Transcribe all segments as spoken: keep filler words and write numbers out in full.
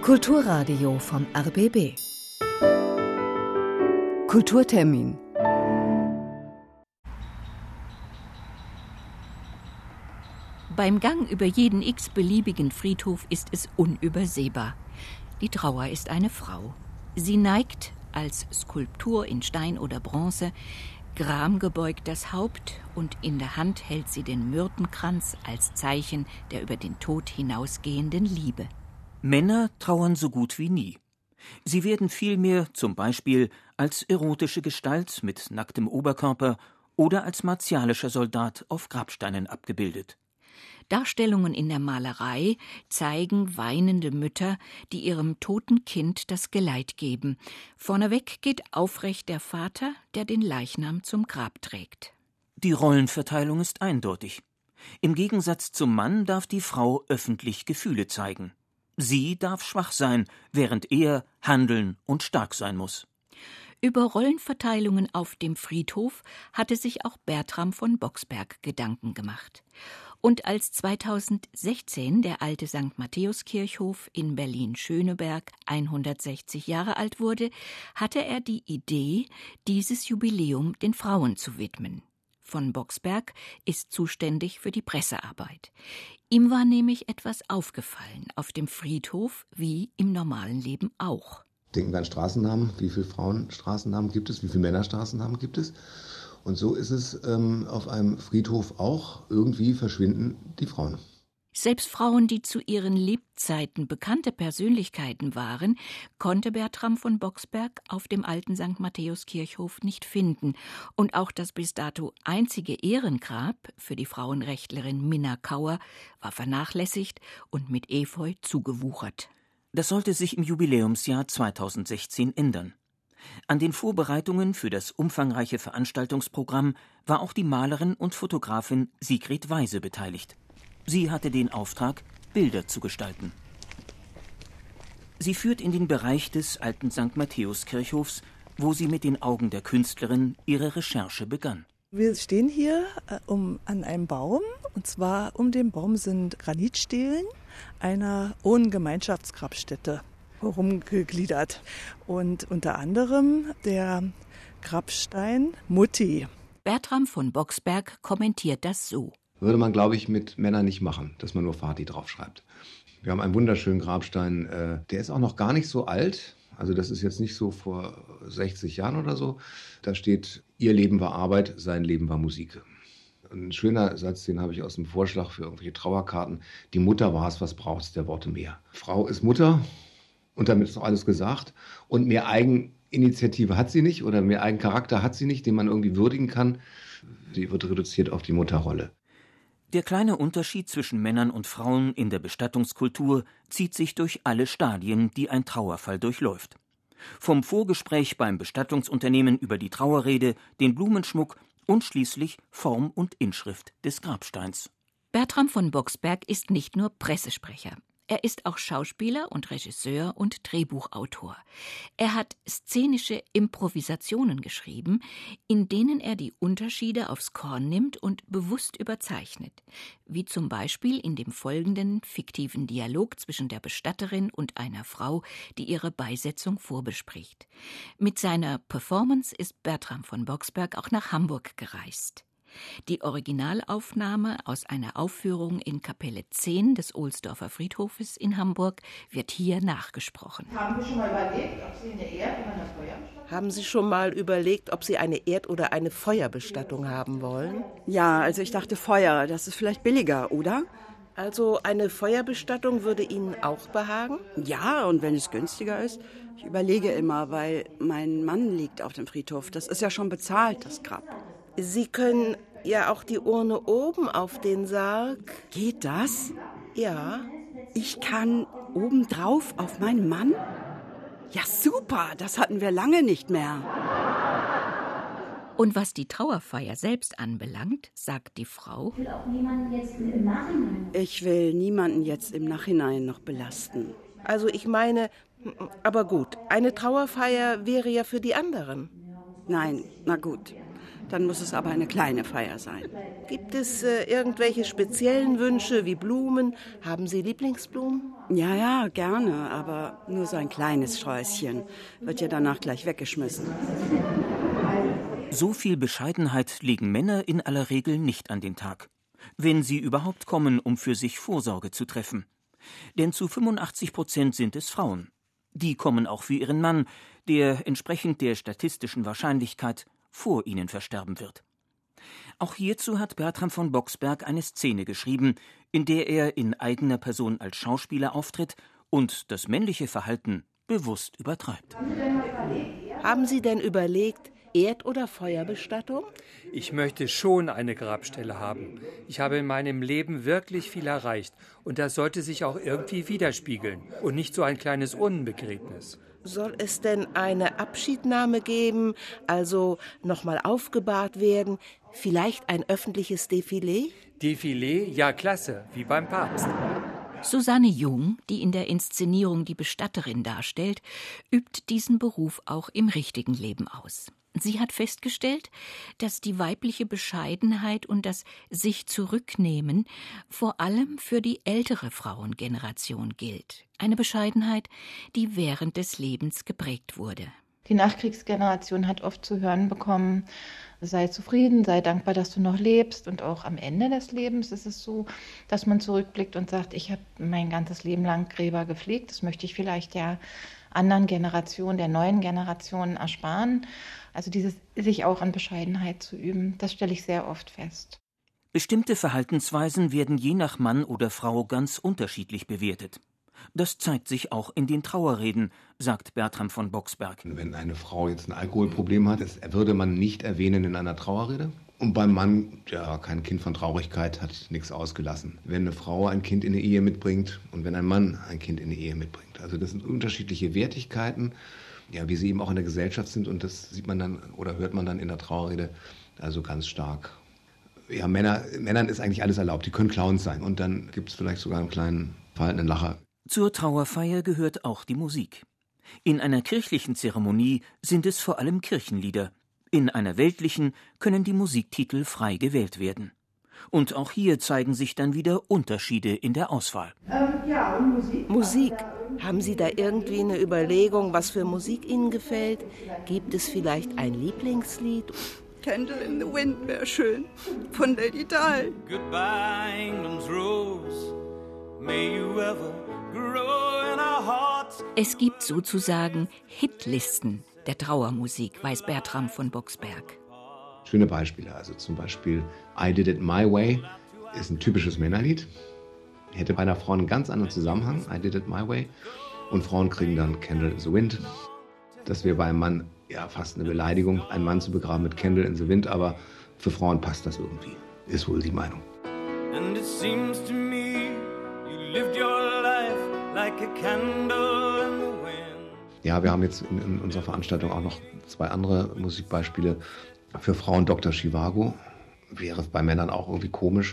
Kulturradio vom R B B. Kulturtermin. Beim Gang über jeden x-beliebigen Friedhof ist es unübersehbar. Die Trauer ist eine Frau. Sie neigt, als Skulptur in Stein oder Bronze, gramgebeugt das Haupt und in der Hand hält sie den Myrtenkranz als Zeichen der über den Tod hinausgehenden Liebe. Männer trauern so gut wie nie. Sie werden vielmehr zum Beispiel als erotische Gestalt mit nacktem Oberkörper oder als martialischer Soldat auf Grabsteinen abgebildet. Darstellungen in der Malerei zeigen weinende Mütter, die ihrem toten Kind das Geleit geben. Vorneweg geht aufrecht der Vater, der den Leichnam zum Grab trägt. Die Rollenverteilung ist eindeutig. Im Gegensatz zum Mann darf die Frau öffentlich Gefühle zeigen. Sie darf schwach sein, während er handeln und stark sein muss. Über Rollenverteilungen auf dem Friedhof hatte sich auch Bertram von Boxberg Gedanken gemacht. Und als zweitausendsechzehn der alte Sankt Matthäuskirchhof in Berlin-Schöneberg hundertsechzig Jahre alt wurde, hatte er die Idee, dieses Jubiläum den Frauen zu widmen. Von Boxberg ist zuständig für die Pressearbeit. Ihm war nämlich etwas aufgefallen, auf dem Friedhof wie im normalen Leben auch. Denken wir an Straßennamen, wie viele Frauenstraßennamen gibt es, wie viele Männerstraßennamen gibt es. Und so ist es ähm, auf einem Friedhof auch. Irgendwie verschwinden die Frauen. Selbst Frauen, die zu ihren Lebzeiten bekannte Persönlichkeiten waren, konnte Bertram von Boxberg auf dem alten Sankt Matthäuskirchhof nicht finden. Und auch das bis dato einzige Ehrengrab für die Frauenrechtlerin Minna Kauer war vernachlässigt und mit Efeu zugewuchert. Das sollte sich im Jubiläumsjahr zweitausendsechzehn ändern. An den Vorbereitungen für das umfangreiche Veranstaltungsprogramm war auch die Malerin und Fotografin Sigrid Weise beteiligt. Sie hatte den Auftrag, Bilder zu gestalten. Sie führt in den Bereich des alten Sankt Matthäuskirchhofs, wo sie mit den Augen der Künstlerin ihre Recherche begann. Wir stehen hier äh, um, an einem Baum, und zwar um den Baum sind Granitstelen einer Wohngemeinschaftsgrabstätte herumgegliedert. Und unter anderem der Grabstein Mutti. Bertram von Boxberg kommentiert das so. Würde man, glaube ich, mit Männern nicht machen, dass man nur Vati draufschreibt. Wir haben einen wunderschönen Grabstein, äh, der ist auch noch gar nicht so alt. Also das ist jetzt nicht so vor sechzig Jahren oder so. Da steht, ihr Leben war Arbeit, sein Leben war Musik. Ein schöner Satz, den habe ich aus dem Vorschlag für irgendwelche Trauerkarten. Die Mutter war es, was braucht es, der Worte mehr. Frau ist Mutter und damit ist doch alles gesagt. Und mehr Eigeninitiative hat sie nicht oder mehr Eigencharakter hat sie nicht, den man irgendwie würdigen kann. Sie wird reduziert auf die Mutterrolle. Der kleine Unterschied zwischen Männern und Frauen in der Bestattungskultur zieht sich durch alle Stadien, die ein Trauerfall durchläuft. Vom Vorgespräch beim Bestattungsunternehmen über die Trauerrede, den Blumenschmuck und schließlich Form und Inschrift des Grabsteins. Bertram von Boxberg ist nicht nur Pressesprecher. Er ist auch Schauspieler und Regisseur und Drehbuchautor. Er hat szenische Improvisationen geschrieben, in denen er die Unterschiede aufs Korn nimmt und bewusst überzeichnet. Wie zum Beispiel in dem folgenden fiktiven Dialog zwischen der Bestatterin und einer Frau, die ihre Beisetzung vorbespricht. Mit seiner Performance ist Bertram von Boxberg auch nach Hamburg gereist. Die Originalaufnahme aus einer Aufführung in Kapelle zehn des Ohlsdorfer Friedhofes in Hamburg wird hier nachgesprochen. Haben Sie schon mal überlegt, ob Sie eine Erd- oder eine Feuerbestattung Haben Sie schon mal überlegt, ob Sie eine Erd- oder eine Feuerbestattung haben wollen? Ja, also ich dachte Feuer, das ist vielleicht billiger, oder? Also eine Feuerbestattung würde Ihnen auch behagen? Ja, und wenn es günstiger ist. Ich überlege immer, weil mein Mann liegt auf dem Friedhof. Das ist ja schon bezahlt, das Grab. Sie können ja auch die Urne oben auf den Sarg. Geht das? Ja. Ich kann obendrauf auf meinen Mann? Ja, super, das hatten wir lange nicht mehr. Und was die Trauerfeier selbst anbelangt, sagt die Frau: Ich will auch niemanden jetzt im Nachhinein. Ich will niemanden jetzt im Nachhinein noch belasten. Also ich meine, aber gut, eine Trauerfeier wäre ja für die anderen. Nein, na gut. Dann muss es aber eine kleine Feier sein. Gibt es äh, irgendwelche speziellen Wünsche wie Blumen? Haben Sie Lieblingsblumen? Ja, ja, gerne, aber nur so ein kleines Sträußchen. Wird ja danach gleich weggeschmissen. So viel Bescheidenheit legen Männer in aller Regel nicht an den Tag, wenn sie überhaupt kommen, um für sich Vorsorge zu treffen. Denn zu fünfundachtzig Prozent sind es Frauen. Die kommen auch für ihren Mann, der entsprechend der statistischen Wahrscheinlichkeit vor ihnen versterben wird. Auch hierzu hat Bertram von Boxberg eine Szene geschrieben, in der er in eigener Person als Schauspieler auftritt und das männliche Verhalten bewusst übertreibt. Haben Sie denn überlegt, Erd- oder Feuerbestattung? Ich möchte schon eine Grabstelle haben. Ich habe in meinem Leben wirklich viel erreicht und das sollte sich auch irgendwie widerspiegeln und nicht so ein kleines Urnenbegräbnis. Soll es denn eine Abschiednahme geben, also nochmal aufgebahrt werden, vielleicht ein öffentliches Defilé? Defilé? Ja, klasse, wie beim Papst. Susanne Jung, die in der Inszenierung die Bestatterin darstellt, übt diesen Beruf auch im richtigen Leben aus. Sie hat festgestellt, dass die weibliche Bescheidenheit und das sich zurücknehmen vor allem für die ältere Frauengeneration gilt. Eine Bescheidenheit, die während des Lebens geprägt wurde. Die Nachkriegsgeneration hat oft zu hören bekommen, sei zufrieden, sei dankbar, dass du noch lebst. Und auch am Ende des Lebens ist es so, dass man zurückblickt und sagt, ich habe mein ganzes Leben lang Gräber gepflegt. Das möchte ich vielleicht der anderen Generation, der neuen Generation ersparen. Also dieses sich auch an Bescheidenheit zu üben, das stelle ich sehr oft fest. Bestimmte Verhaltensweisen werden je nach Mann oder Frau ganz unterschiedlich bewertet. Das zeigt sich auch in den Trauerreden, sagt Bertram von Boxberg. Wenn eine Frau jetzt ein Alkoholproblem hat, das würde man nicht erwähnen in einer Trauerrede. Und beim Mann, ja, kein Kind von Traurigkeit, hat nichts ausgelassen. Wenn eine Frau ein Kind in die Ehe mitbringt und wenn ein Mann ein Kind in die Ehe mitbringt. Also das sind unterschiedliche Wertigkeiten, ja, wie sie eben auch in der Gesellschaft sind. Und das sieht man dann oder hört man dann in der Trauerrede also ganz stark. Ja, Männer, Männern ist eigentlich alles erlaubt. Die können Clowns sein. Und dann gibt es vielleicht sogar einen kleinen verhaltenen Lacher. Zur Trauerfeier gehört auch die Musik. In einer kirchlichen Zeremonie sind es vor allem Kirchenlieder. In einer weltlichen können die Musiktitel frei gewählt werden. Und auch hier zeigen sich dann wieder Unterschiede in der Auswahl. Ähm, ja, und Musik? Musik. Haben Sie da irgendwie eine Überlegung, was für Musik Ihnen gefällt? Gibt es vielleicht ein Lieblingslied? Candle in the Wind wäre schön, von Lady Di. Goodbye, England's rose, may you ever grow in our hearts. Es gibt sozusagen Hitlisten der Trauermusik, weiß Bertram von Boxberg. Schöne Beispiele, also zum Beispiel I Did It My Way ist ein typisches Männerlied. Hätte bei einer Frau einen ganz anderen Zusammenhang, I Did It My Way. Und Frauen kriegen dann Candle in the Wind. Das wäre bei einem Mann ja fast eine Beleidigung, einen Mann zu begraben mit Candle in the Wind, aber für Frauen passt das irgendwie, ist wohl die Meinung. And it seems to me you lived your life like a candle in the wind. Ja, wir haben jetzt in, in unserer Veranstaltung auch noch zwei andere Musikbeispiele. Für Frauen Doktor Zhivago, wäre bei Männern auch irgendwie komisch.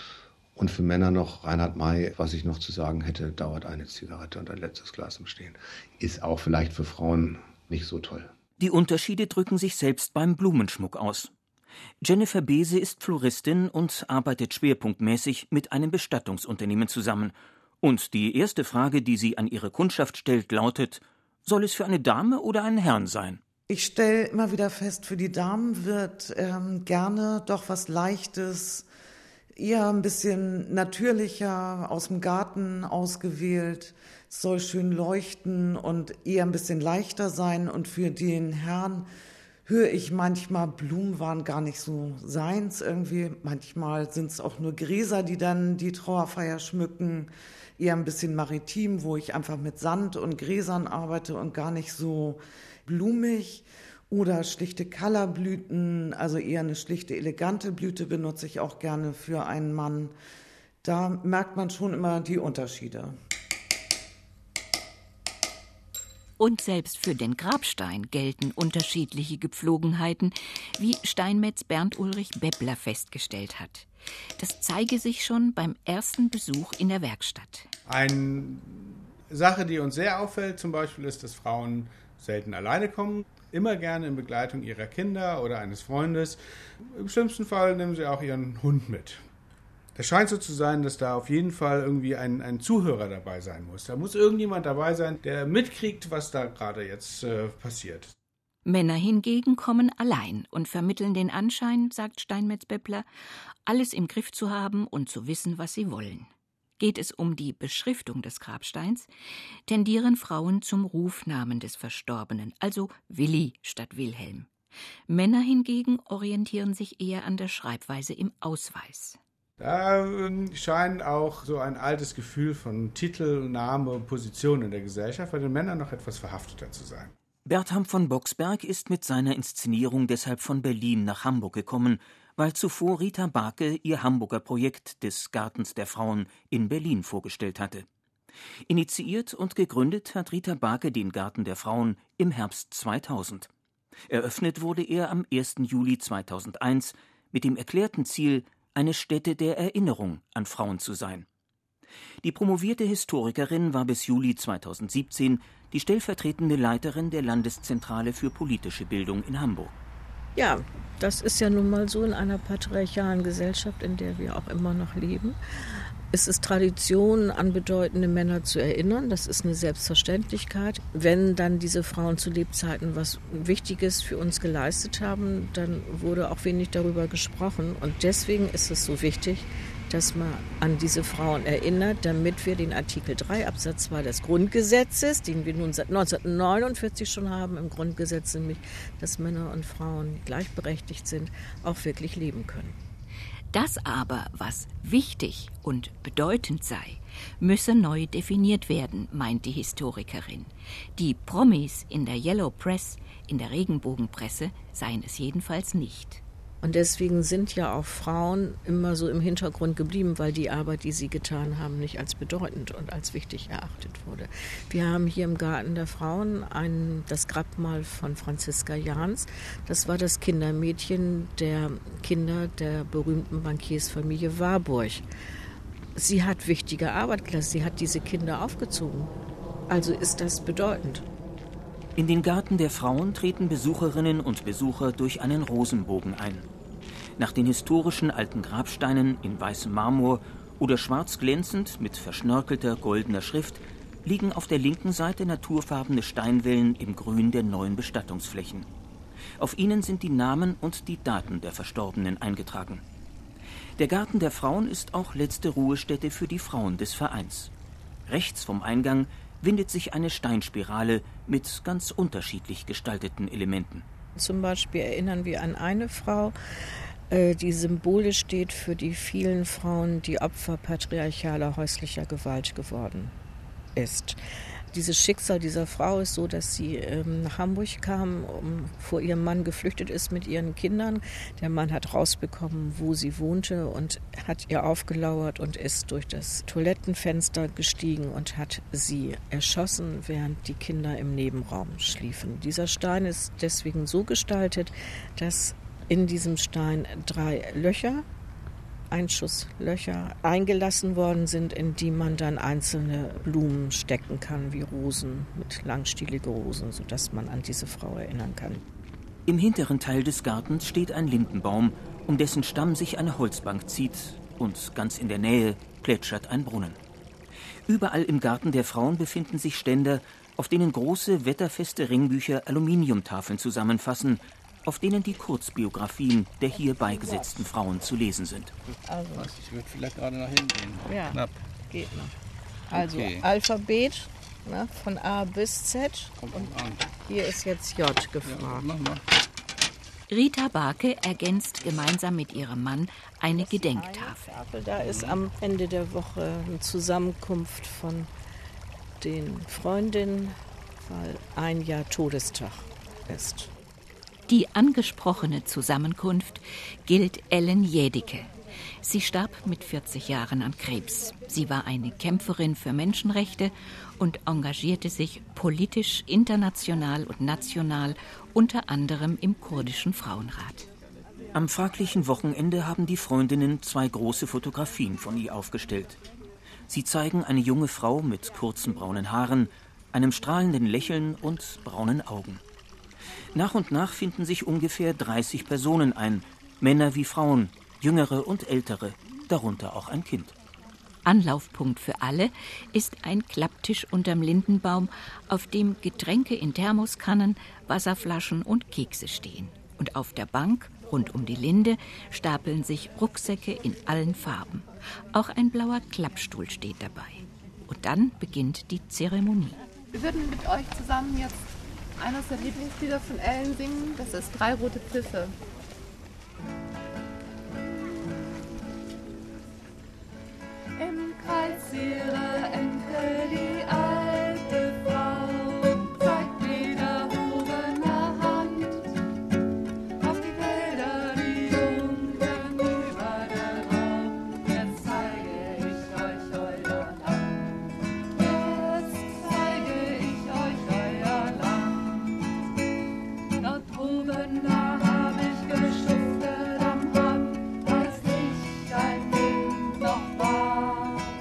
Und für Männer noch Reinhard May, was ich noch zu sagen hätte, dauert eine Zigarette und ein letztes Glas im Stehen. Ist auch vielleicht für Frauen nicht so toll. Die Unterschiede drücken sich selbst beim Blumenschmuck aus. Jennifer Bese ist Floristin und arbeitet schwerpunktmäßig mit einem Bestattungsunternehmen zusammen. Und die erste Frage, die sie an ihre Kundschaft stellt, lautet: Soll es für eine Dame oder einen Herrn sein? Ich stelle immer wieder fest, für die Damen wird ähm, gerne doch was Leichtes, eher ein bisschen natürlicher, aus dem Garten ausgewählt. Es soll schön leuchten und eher ein bisschen leichter sein. Und für den Herrn höre ich manchmal, Blumen waren gar nicht so seins irgendwie. Manchmal sind es auch nur Gräser, die dann die Trauerfeier schmücken. Eher ein bisschen maritim, wo ich einfach mit Sand und Gräsern arbeite und gar nicht so blumig. Oder schlichte Kallerblüten, also eher eine schlichte, elegante Blüte benutze ich auch gerne für einen Mann. Da merkt man schon immer die Unterschiede. Und selbst für den Grabstein gelten unterschiedliche Gepflogenheiten, wie Steinmetz Bernd Ulrich Beppler festgestellt hat. Das zeige sich schon beim ersten Besuch in der Werkstatt. Eine Sache, die uns sehr auffällt, zum Beispiel ist, dass Frauen selten alleine kommen. immer gerne in Begleitung ihrer Kinder oder eines Freundes. Im schlimmsten Fall nehmen sie auch ihren Hund mit. Es scheint so zu sein, dass da auf jeden Fall irgendwie ein, ein Zuhörer dabei sein muss. Da muss irgendjemand dabei sein, der mitkriegt, was da gerade jetzt äh, passiert. Männer hingegen kommen allein und vermitteln den Anschein, sagt Steinmetz-Beppler, alles im Griff zu haben und zu wissen, was sie wollen. Geht es um die Beschriftung des Grabsteins, tendieren Frauen zum Rufnamen des Verstorbenen, also Willi statt Wilhelm. Männer hingegen orientieren sich eher an der Schreibweise im Ausweis. Da scheint auch so ein altes Gefühl von Titel, Name, Position in der Gesellschaft bei den Männern noch etwas verhafteter zu sein. Bertram von Boxberg ist mit seiner Inszenierung deshalb von Berlin nach Hamburg gekommen, weil zuvor Rita Barke ihr Hamburger Projekt des Gartens der Frauen in Berlin vorgestellt hatte. Initiiert und gegründet hat Rita Barke den Garten der Frauen im Herbst zweitausend. Eröffnet wurde er am ersten Juli zweitausendeins mit dem erklärten Ziel, eine Stätte der Erinnerung an Frauen zu sein. Die promovierte Historikerin war bis Juli zweitausendsiebzehn die stellvertretende Leiterin der Landeszentrale für politische Bildung in Hamburg. Ja, das ist ja nun mal so in einer patriarchalen Gesellschaft, in der wir auch immer noch leben. Es ist Tradition, an bedeutende Männer zu erinnern. Das ist eine Selbstverständlichkeit. Wenn dann diese Frauen zu Lebzeiten was Wichtiges für uns geleistet haben, dann wurde auch wenig darüber gesprochen. Und deswegen ist es so wichtig, dass man an diese Frauen erinnert, damit wir den Artikel drei Absatz zwei des Grundgesetzes, den wir nun seit neunzehnhundertneunundvierzig schon haben im Grundgesetz, nämlich dass Männer und Frauen gleichberechtigt sind, auch wirklich leben können. Das aber, was wichtig und bedeutend sei, müsse neu definiert werden, meint die Historikerin. Die Promis in der Yellow Press, in der Regenbogenpresse, seien es jedenfalls nicht. Und deswegen sind ja auch Frauen immer so im Hintergrund geblieben, weil die Arbeit, die sie getan haben, nicht als bedeutend und als wichtig erachtet wurde. Wir haben hier im Garten der Frauen ein, das Grabmal von Franziska Jahns. Das war das Kindermädchen der Kinder der berühmten Bankiersfamilie Warburg. Sie hat wichtige Arbeit geleistet, sie hat diese Kinder aufgezogen. Also ist das bedeutend. In den Garten der Frauen treten Besucherinnen und Besucher durch einen Rosenbogen ein. Nach den historischen alten Grabsteinen in weißem Marmor oder schwarz glänzend mit verschnörkelter goldener Schrift liegen auf der linken Seite naturfarbene Steinwellen im Grün der neuen Bestattungsflächen. Auf ihnen sind die Namen und die Daten der Verstorbenen eingetragen. Der Garten der Frauen ist auch letzte Ruhestätte für die Frauen des Vereins. Rechts vom Eingang windet sich eine Steinspirale mit ganz unterschiedlich gestalteten Elementen. Zum Beispiel erinnern wir an eine Frau, die symbolisch steht für die vielen Frauen, die Opfer patriarchaler häuslicher Gewalt geworden ist. Dieses Schicksal dieser Frau ist so, dass sie ähm, nach Hamburg kam, um, vor ihrem Mann geflüchtet ist mit ihren Kindern. Der Mann hat rausbekommen, wo sie wohnte und hat ihr aufgelauert und ist durch das Toilettenfenster gestiegen und hat sie erschossen, während die Kinder im Nebenraum schliefen. Dieser Stein ist deswegen so gestaltet, dass in diesem Stein drei Löcher, Einschusslöcher eingelassen worden sind, in die man dann einzelne Blumen stecken kann, wie Rosen, mit langstielige Rosen, sodass man an diese Frau erinnern kann. Im hinteren Teil des Gartens steht ein Lindenbaum, um dessen Stamm sich eine Holzbank zieht, und ganz in der Nähe plätschert ein Brunnen. Überall im Garten der Frauen befinden sich Ständer, auf denen große, wetterfeste Ringbücher Aluminiumtafeln zusammenfassen, auf denen die Kurzbiografien der hier beigesetzten Frauen zu lesen sind. Also, ich würde vielleicht gerade nach hinten gehen. Ja, Knapp. geht noch. Also Okay. Alphabet, ne, von A bis Z. Kommt Und an. hier ist jetzt J gefragt. Ja, mach mal. Rita Barke ergänzt gemeinsam mit ihrem Mann eine Gedenktafel. Da ist am Ende der Woche eine Zusammenkunft von den Freundinnen, weil ein Jahr Todestag ist. Die angesprochene Zusammenkunft gilt Ellen Jädicke. Sie starb mit vierzig Jahren an Krebs. Sie war eine Kämpferin für Menschenrechte und engagierte sich politisch, international und national, unter anderem im kurdischen Frauenrat. Am fraglichen Wochenende haben die Freundinnen zwei große Fotografien von ihr aufgestellt. Sie zeigen eine junge Frau mit kurzen braunen Haaren, einem strahlenden Lächeln und braunen Augen. Nach und nach finden sich ungefähr dreißig Personen ein, Männer wie Frauen, Jüngere und Ältere, darunter auch ein Kind. Anlaufpunkt für alle ist ein Klapptisch unterm Lindenbaum, auf dem Getränke in Thermoskannen, Wasserflaschen und Kekse stehen. Und auf der Bank rund um die Linde stapeln sich Rucksäcke in allen Farben. Auch ein blauer Klappstuhl steht dabei. Und dann beginnt die Zeremonie. Wir würden mit euch zusammen jetzt eines der Lieblingslieder von Ellen singen. Das ist Drei rote Pfiffe. Im Kreis ihrer Enkel die alte Frau zeigt mit erhobener Hand auf die Felder, die Jungen über der Rauch. Jetzt zeige ich euch euer Land. Jetzt zeige ich euch euer Land. Dort oben, da hab ich geschuftet am Hang, als ich ein Kind noch war.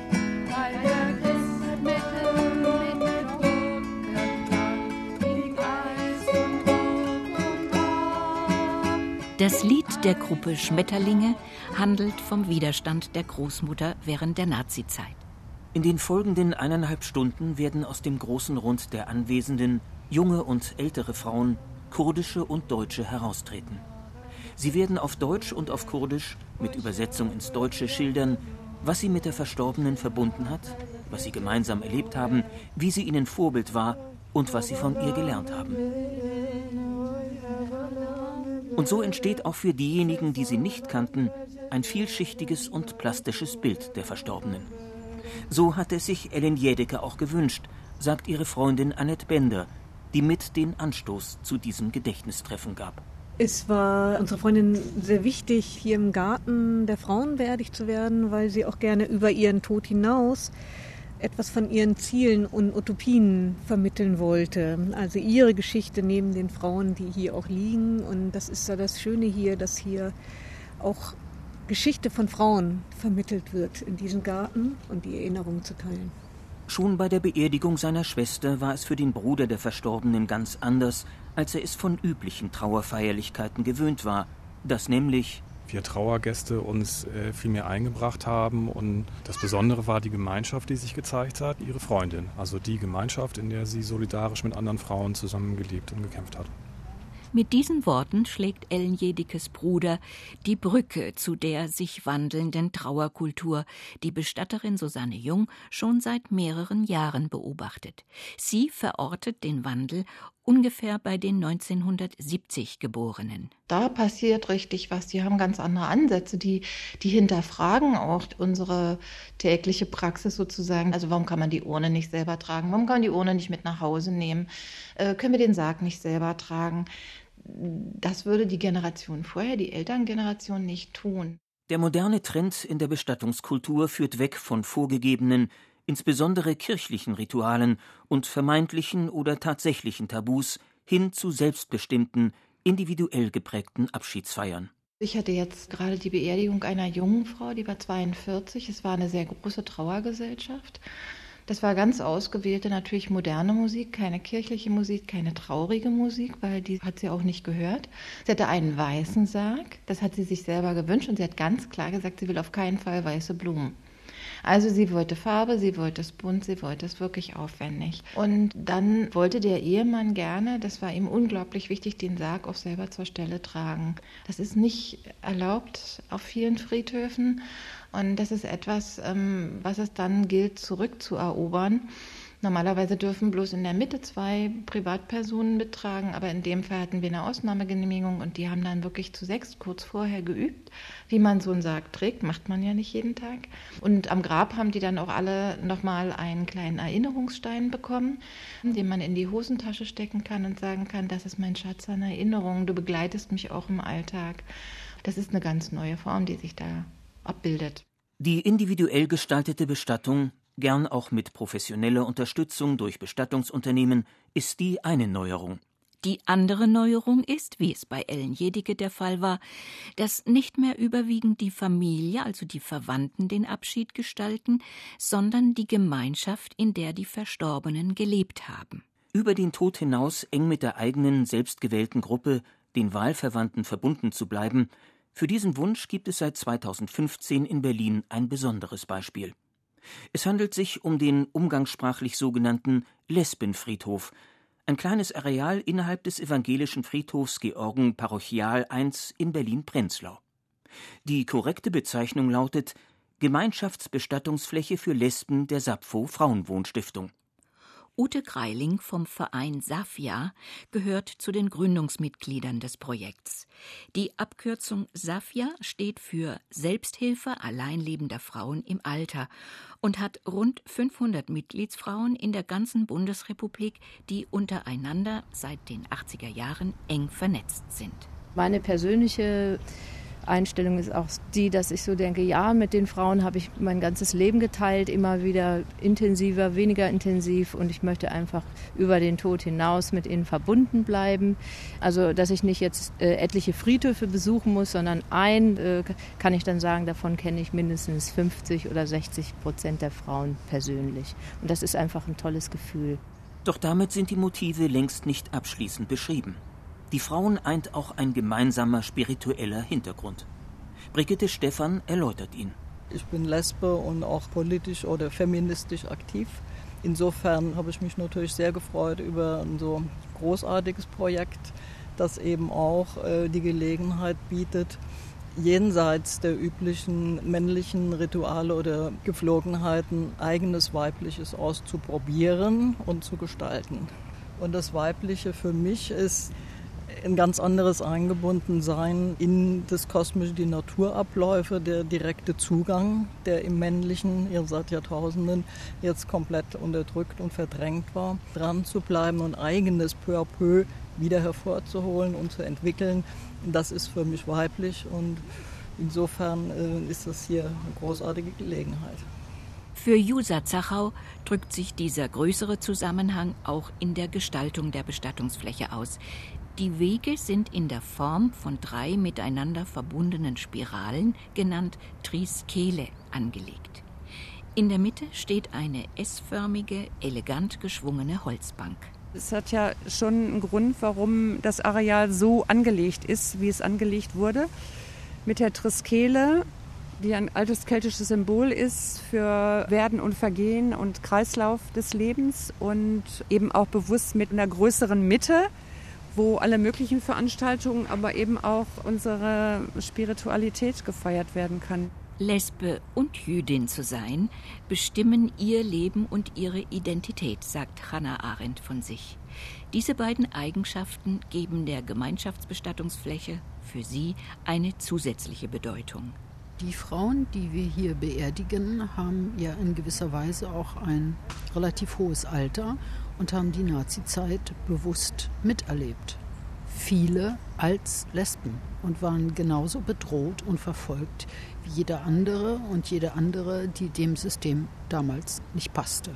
Das Lied der Gruppe Schmetterlinge handelt vom Widerstand der Großmutter während der Nazizeit. In den folgenden eineinhalb Stunden werden aus dem großen Rund der Anwesenden junge und ältere Frauen, kurdische und Deutsche, heraustreten. Sie werden auf Deutsch und auf Kurdisch mit Übersetzung ins Deutsche schildern, was sie mit der Verstorbenen verbunden hat, was sie gemeinsam erlebt haben, wie sie ihnen Vorbild war und was sie von ihr gelernt haben. Und so entsteht auch für diejenigen, die sie nicht kannten, ein vielschichtiges und plastisches Bild der Verstorbenen. So hat es sich Ellen Jedecke auch gewünscht, sagt ihre Freundin Annette Bender, die mit den Anstoß zu diesem Gedächtnistreffen gab. Es war unserer Freundin sehr wichtig, hier im Garten der Frauen beerdigt zu werden, weil sie auch gerne über ihren Tod hinaus etwas von ihren Zielen und Utopien vermitteln wollte. Also ihre Geschichte neben den Frauen, die hier auch liegen. Und das ist ja das Schöne hier, dass hier auch Geschichte von Frauen vermittelt wird in diesem Garten und die Erinnerung zu teilen. Schon bei der Beerdigung seiner Schwester war es für den Bruder der Verstorbenen ganz anders, als er es von üblichen Trauerfeierlichkeiten gewöhnt war, dass nämlich wir Trauergäste uns äh, viel mehr eingebracht haben. Und das Besondere war die Gemeinschaft, die sich gezeigt hat, ihre Freundin. Also die Gemeinschaft, in der sie solidarisch mit anderen Frauen zusammengelebt und gekämpft hat. Mit diesen Worten schlägt Ellen Jedeckes Bruder die Brücke zu der sich wandelnden Trauerkultur, die Bestatterin Susanne Jung schon seit mehreren Jahren beobachtet. Sie verortet den Wandel ungefähr bei den neunzehnhundertsiebzig Geborenen. Da passiert richtig was. Die haben ganz andere Ansätze, die, die hinterfragen auch unsere tägliche Praxis sozusagen. Also warum kann man die Urne nicht selber tragen? Warum kann man die Urne nicht mit nach Hause nehmen? Äh, können wir den Sarg nicht selber tragen? Das würde die Generation vorher, die Elterngeneration, nicht tun. Der moderne Trend in der Bestattungskultur führt weg von vorgegebenen, insbesondere kirchlichen Ritualen und vermeintlichen oder tatsächlichen Tabus hin zu selbstbestimmten, individuell geprägten Abschiedsfeiern. Ich hatte jetzt gerade die Beerdigung einer jungen Frau, die war zweiundvierzig. Es war eine sehr große Trauergesellschaft. Das war ganz ausgewählte, natürlich moderne Musik, keine kirchliche Musik, keine traurige Musik, weil die hat sie auch nicht gehört. Sie hatte einen weißen Sarg, das hat sie sich selber gewünscht und sie hat ganz klar gesagt, sie will auf keinen Fall weiße Blumen. Also sie wollte Farbe, sie wollte es bunt, sie wollte es wirklich aufwendig. Und dann wollte der Ehemann gerne, das war ihm unglaublich wichtig, den Sarg auch selber zur Stelle tragen. Das ist nicht erlaubt auf vielen Friedhöfen und das ist etwas, was es dann gilt zurückzuerobern. Normalerweise dürfen bloß in der Mitte zwei Privatpersonen mittragen, aber in dem Fall hatten wir eine Ausnahmegenehmigung und die haben dann wirklich zu sechs kurz vorher geübt, wie man so einen Sarg trägt, macht man ja nicht jeden Tag. Und am Grab haben die dann auch alle nochmal einen kleinen Erinnerungsstein bekommen, den man in die Hosentasche stecken kann und sagen kann, das ist mein Schatz an Erinnerungen, du begleitest mich auch im Alltag. Das ist eine ganz neue Form, die sich da abbildet. Die individuell gestaltete Bestattung, gern auch mit professioneller Unterstützung durch Bestattungsunternehmen, ist die eine Neuerung. Die andere Neuerung ist, wie es bei Ellen Jedecke der Fall war, dass nicht mehr überwiegend die Familie, also die Verwandten, den Abschied gestalten, sondern die Gemeinschaft, in der die Verstorbenen gelebt haben. Über den Tod hinaus eng mit der eigenen, selbstgewählten Gruppe, den Wahlverwandten, verbunden zu bleiben, für diesen Wunsch gibt es seit zweitausendfünfzehn in Berlin ein besonderes Beispiel. Es handelt sich um den umgangssprachlich sogenannten Lesbenfriedhof, ein kleines Areal innerhalb des evangelischen Friedhofs Georgen Parochial eins in Berlin-Prenzlau. Die korrekte Bezeichnung lautet Gemeinschaftsbestattungsfläche für Lesben der Sappho Frauenwohnstiftung. Ute Greiling vom Verein Safia gehört zu den Gründungsmitgliedern des Projekts. Die Abkürzung Safia steht für Selbsthilfe alleinlebender Frauen im Alter und hat rund fünfhundert Mitgliedsfrauen in der ganzen Bundesrepublik, die untereinander seit den achtziger Jahren eng vernetzt sind. Meine persönliche Einstellung ist auch die, dass ich so denke, ja, mit den Frauen habe ich mein ganzes Leben geteilt, immer wieder intensiver, weniger intensiv, und ich möchte einfach über den Tod hinaus mit ihnen verbunden bleiben. Also, dass ich nicht jetzt äh, etliche Friedhöfe besuchen muss, sondern ein, äh, kann ich dann sagen, davon kenne ich mindestens fünfzig oder sechzig Prozent der Frauen persönlich. Und das ist einfach ein tolles Gefühl. Doch damit sind die Motive längst nicht abschließend beschrieben. Die Frauen eint auch ein gemeinsamer spiritueller Hintergrund. Brigitte Stephan erläutert ihn. Ich bin Lesbe und auch politisch oder feministisch aktiv. Insofern habe ich mich natürlich sehr gefreut über ein so großartiges Projekt, das eben auch äh, die Gelegenheit bietet, jenseits der üblichen männlichen Rituale oder Gepflogenheiten eigenes Weibliches auszuprobieren und zu gestalten. Und das Weibliche für mich ist ein ganz anderes Eingebundensein in das Kosmische, die Naturabläufe, der direkte Zugang, der im Männlichen, ihr seit Jahrtausenden, jetzt komplett unterdrückt und verdrängt war, dran zu bleiben und eigenes peu à peu wieder hervorzuholen und zu entwickeln. Das ist für mich weiblich, und insofern äh, ist das hier eine großartige Gelegenheit. Für Jusa Zachau drückt sich dieser größere Zusammenhang auch in der Gestaltung der Bestattungsfläche aus. Die Wege sind in der Form von drei miteinander verbundenen Spiralen, genannt Triskele, angelegt. In der Mitte steht eine S-förmige, elegant geschwungene Holzbank. Es hat ja schon einen Grund, warum das Areal so angelegt ist, wie es angelegt wurde. Mit der Triskele, die ein altes keltisches Symbol ist für Werden und Vergehen und Kreislauf des Lebens, und eben auch bewusst mit einer größeren Mitte, wo alle möglichen Veranstaltungen, aber eben auch unsere Spiritualität gefeiert werden kann. Lesbe und Jüdin zu sein, bestimmen ihr Leben und ihre Identität, sagt Hannah Arendt von sich. Diese beiden Eigenschaften geben der Gemeinschaftsbestattungsfläche für sie eine zusätzliche Bedeutung. Die Frauen, die wir hier beerdigen, haben ja in gewisser Weise auch ein relativ hohes Alter und haben die Nazizeit bewusst miterlebt. Viele als Lesben und waren genauso bedroht und verfolgt wie jeder andere und jede andere, die dem System damals nicht passte.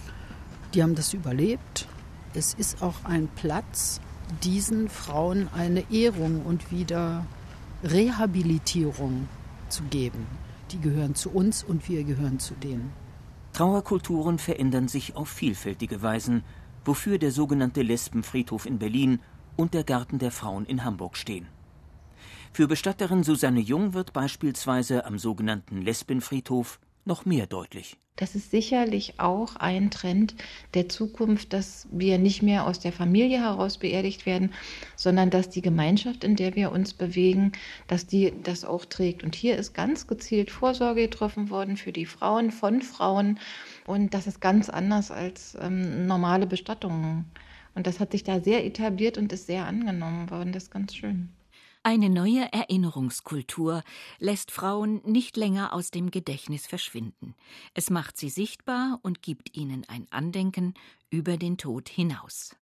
Die haben das überlebt. Es ist auch ein Platz, diesen Frauen eine Ehrung und wieder Rehabilitierung zu geben. Die gehören zu uns und wir gehören zu denen. Trauerkulturen verändern sich auf vielfältige Weisen, wofür der sogenannte Lesbenfriedhof in Berlin und der Garten der Frauen in Hamburg stehen. Für Bestatterin Susanne Jung wird beispielsweise am sogenannten Lesbenfriedhof noch mehr deutlich. Das ist sicherlich auch ein Trend der Zukunft, dass wir nicht mehr aus der Familie heraus beerdigt werden, sondern dass die Gemeinschaft, in der wir uns bewegen, dass die das auch trägt. Und hier ist ganz gezielt Vorsorge getroffen worden für die Frauen, von Frauen. Und das ist ganz anders als ähm, normale Bestattungen. Und das hat sich da sehr etabliert und ist sehr angenommen worden. Das ist ganz schön. Eine neue Erinnerungskultur lässt Frauen nicht länger aus dem Gedächtnis verschwinden. Es macht sie sichtbar und gibt ihnen ein Andenken über den Tod hinaus.